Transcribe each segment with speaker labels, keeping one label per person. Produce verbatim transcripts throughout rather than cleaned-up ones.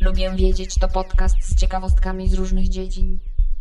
Speaker 1: Lubię wiedzieć to podcast z ciekawostkami z różnych dziedzin.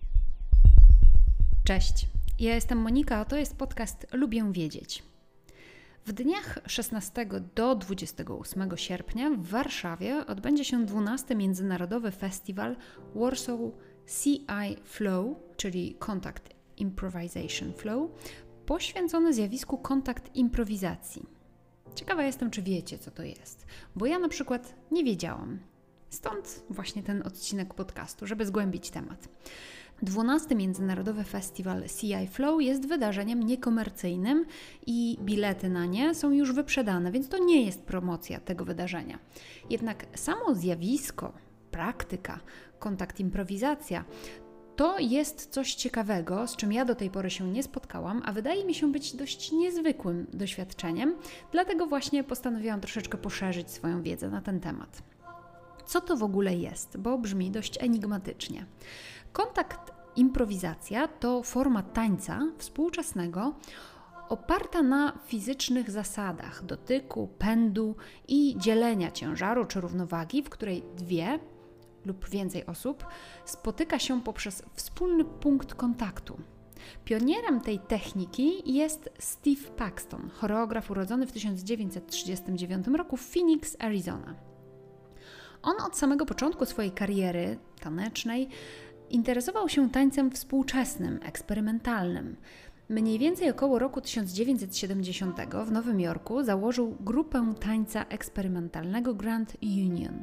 Speaker 2: Cześć, ja jestem Monika, a to jest podcast Lubię wiedzieć. W dniach szesnastego do dwudziestego ósmego sierpnia w Warszawie odbędzie się dwunasty Międzynarodowy Festiwal Warsaw C I Flow, czyli Contact Improvisation Flow, poświęcony zjawisku kontakt improwizacji. Ciekawa jestem, czy wiecie, co to jest, bo ja na przykład nie wiedziałam. Stąd właśnie ten odcinek podcastu, żeby zgłębić temat. dwunasty Międzynarodowy Festiwal C I Flow jest wydarzeniem niekomercyjnym i bilety na nie są już wyprzedane, więc to nie jest promocja tego wydarzenia. Jednak samo zjawisko, praktyka, kontakt improwizacja to jest coś ciekawego, z czym ja do tej pory się nie spotkałam, a wydaje mi się być dość niezwykłym doświadczeniem, dlatego właśnie postanowiłam troszeczkę poszerzyć swoją wiedzę na ten temat. Co to w ogóle jest? Bo brzmi dość enigmatycznie. Kontakt improwizacja to forma tańca współczesnego oparta na fizycznych zasadach dotyku, pędu i dzielenia ciężaru czy równowagi, w której dwie lub więcej osób spotyka się poprzez wspólny punkt kontaktu. Pionierem tej techniki jest Steve Paxton, choreograf urodzony w tysiąc dziewięćset trzydziestym dziewiątym roku w Phoenix, Arizona. On od samego początku swojej kariery tanecznej interesował się tańcem współczesnym, eksperymentalnym. Mniej więcej około roku tysiąc dziewięćset siedemdziesiątego w Nowym Jorku założył grupę tańca eksperymentalnego Grand Union.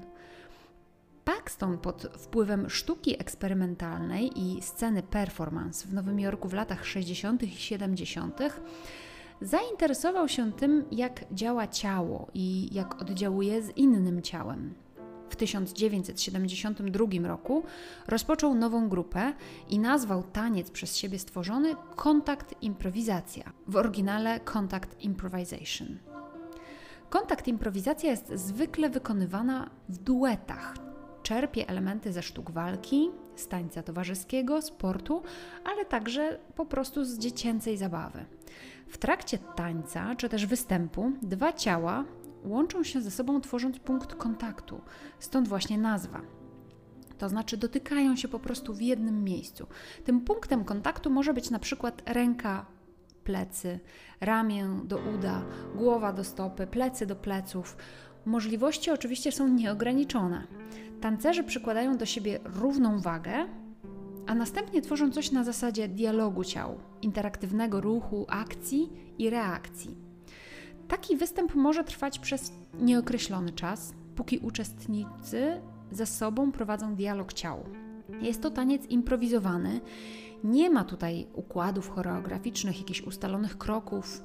Speaker 2: Paxton pod wpływem sztuki eksperymentalnej i sceny performance w Nowym Jorku w latach sześćdziesiątych i siedemdziesiątych zainteresował się tym, jak działa ciało i jak oddziałuje z innym ciałem. W tysiąc dziewięćset siedemdziesiątym drugim roku rozpoczął nową grupę i nazwał taniec przez siebie stworzony Kontakt Improwizacja, w oryginale Contact Improvisation. Kontakt improwizacja jest zwykle wykonywana w duetach. Czerpie elementy ze sztuk walki, z tańca towarzyskiego, sportu, ale także po prostu z dziecięcej zabawy. W trakcie tańca czy też występu dwa ciała łączą się ze sobą, tworząc punkt kontaktu, stąd właśnie nazwa. To znaczy dotykają się po prostu w jednym miejscu. Tym punktem kontaktu może być na przykład ręka, plecy, ramię do uda, głowa do stopy, plecy do pleców. Możliwości oczywiście są nieograniczone. Tancerzy przykładają do siebie równą wagę, a następnie tworzą coś na zasadzie dialogu ciał, interaktywnego ruchu, akcji i reakcji. Taki występ może trwać przez nieokreślony czas, póki uczestnicy ze sobą prowadzą dialog ciał. Jest to taniec improwizowany, nie ma tutaj układów choreograficznych, jakichś ustalonych kroków.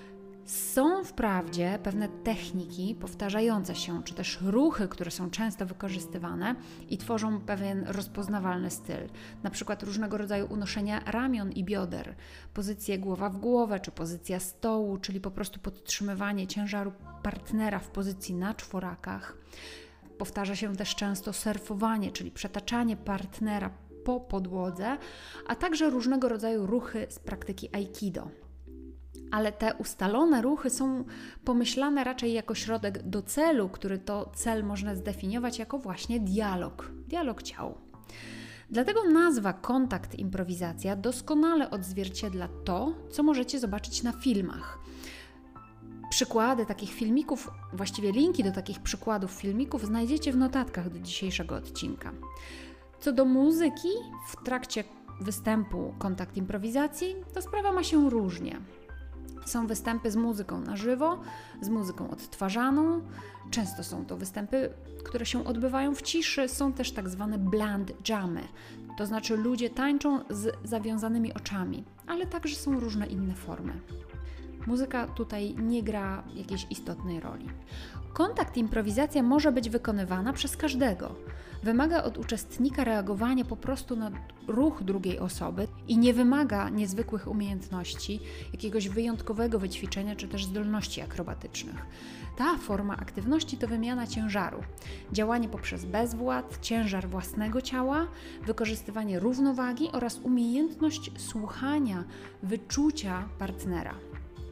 Speaker 2: Są wprawdzie pewne techniki powtarzające się, czy też ruchy, które są często wykorzystywane i tworzą pewien rozpoznawalny styl. Na przykład różnego rodzaju unoszenia ramion i bioder, pozycje głowa w głowę, czy pozycja stołu, czyli po prostu podtrzymywanie ciężaru partnera w pozycji na czworakach. Powtarza się też często surfowanie, czyli przetaczanie partnera po podłodze, a także różnego rodzaju ruchy z praktyki aikido. Ale te ustalone ruchy są pomyślane raczej jako środek do celu, który to cel można zdefiniować jako właśnie dialog, dialog ciał. Dlatego nazwa kontakt improwizacja doskonale odzwierciedla to, co możecie zobaczyć na filmach. Przykłady takich filmików, właściwie linki do takich przykładów filmików znajdziecie w notatkach do dzisiejszego odcinka. Co do muzyki, w trakcie występu kontakt improwizacji, to sprawa ma się różnie. Są występy z muzyką na żywo, z muzyką odtwarzaną. Często są to występy, które się odbywają w ciszy. Są też tak zwane blind jamy, to znaczy ludzie tańczą z zawiązanymi oczami, ale także są różne inne formy. Muzyka tutaj nie gra jakiejś istotnej roli. Kontakt improwizacja może być wykonywana przez każdego. Wymaga od uczestnika reagowania po prostu na ruch drugiej osoby i nie wymaga niezwykłych umiejętności, jakiegoś wyjątkowego wyćwiczenia czy też zdolności akrobatycznych. Ta forma aktywności to wymiana ciężaru, działanie poprzez bezwład, ciężar własnego ciała, wykorzystywanie równowagi oraz umiejętność słuchania, wyczucia partnera.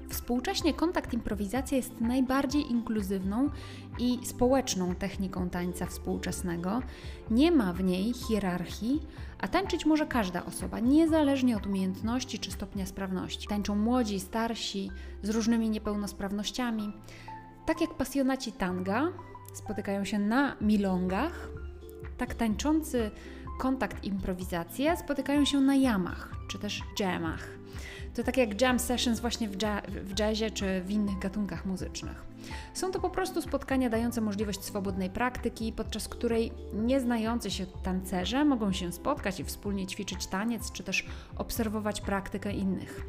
Speaker 2: Współcześnie kontakt improwizacja jest najbardziej inkluzywną i społeczną techniką tańca współczesnego. Nie ma w niej hierarchii, a tańczyć może każda osoba, niezależnie od umiejętności czy stopnia sprawności. Tańczą młodzi, starsi, z różnymi niepełnosprawnościami. Tak jak pasjonaci tanga spotykają się na milongach, tak tańczący kontakt improwizacja spotykają się na jamach, czy też jamach. To tak jak jam sessions właśnie w, ja- w jazzie czy w innych gatunkach muzycznych. Są to po prostu spotkania dające możliwość swobodnej praktyki, podczas której nieznający się tancerze mogą się spotkać i wspólnie ćwiczyć taniec, czy też obserwować praktykę innych.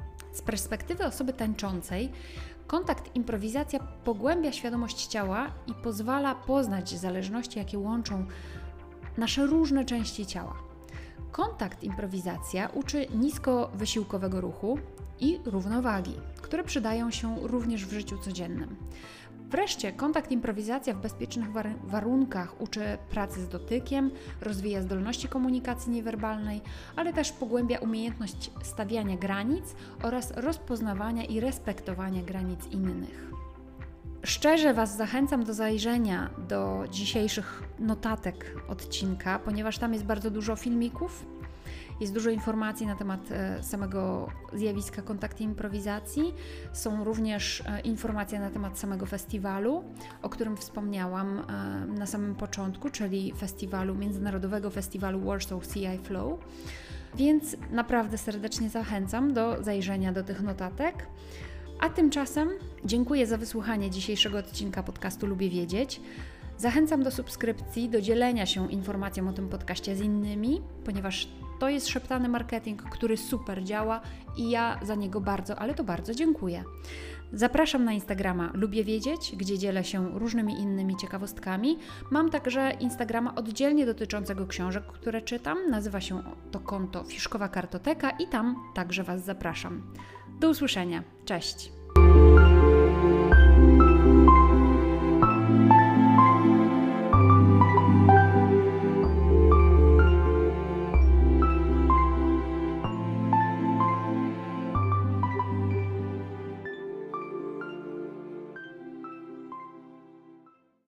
Speaker 2: Z perspektywy osoby tańczącej, kontakt improwizacja pogłębia świadomość ciała i pozwala poznać zależności, jakie łączą nasze różne części ciała. Kontakt improwizacja uczy niskowysiłkowego ruchu i równowagi, które przydają się również w życiu codziennym. Wreszcie kontakt improwizacja w bezpiecznych war- warunkach uczy pracy z dotykiem, rozwija zdolności komunikacji niewerbalnej, ale też pogłębia umiejętność stawiania granic oraz rozpoznawania i respektowania granic innych. Szczerze Was zachęcam do zajrzenia do dzisiejszych notatek odcinka, ponieważ tam jest bardzo dużo filmików, jest dużo informacji na temat e, samego zjawiska kontakt improwizacji. Są również e, informacje na temat samego festiwalu, o którym wspomniałam e, na samym początku, czyli festiwalu, Międzynarodowego Festiwalu Warsaw C I Flow. Więc naprawdę serdecznie zachęcam do zajrzenia do tych notatek. A tymczasem dziękuję za wysłuchanie dzisiejszego odcinka podcastu Lubię Wiedzieć. Zachęcam do subskrypcji, do dzielenia się informacją o tym podcaście z innymi, ponieważ to jest szeptany marketing, który super działa i ja za niego bardzo, ale to bardzo dziękuję. Zapraszam na Instagrama Lubię Wiedzieć, gdzie dzielę się różnymi innymi ciekawostkami. Mam także Instagrama oddzielnie dotyczącego książek, które czytam. Nazywa się to konto Fiszkowa Kartoteka i tam także Was zapraszam. Do usłyszenia. Cześć!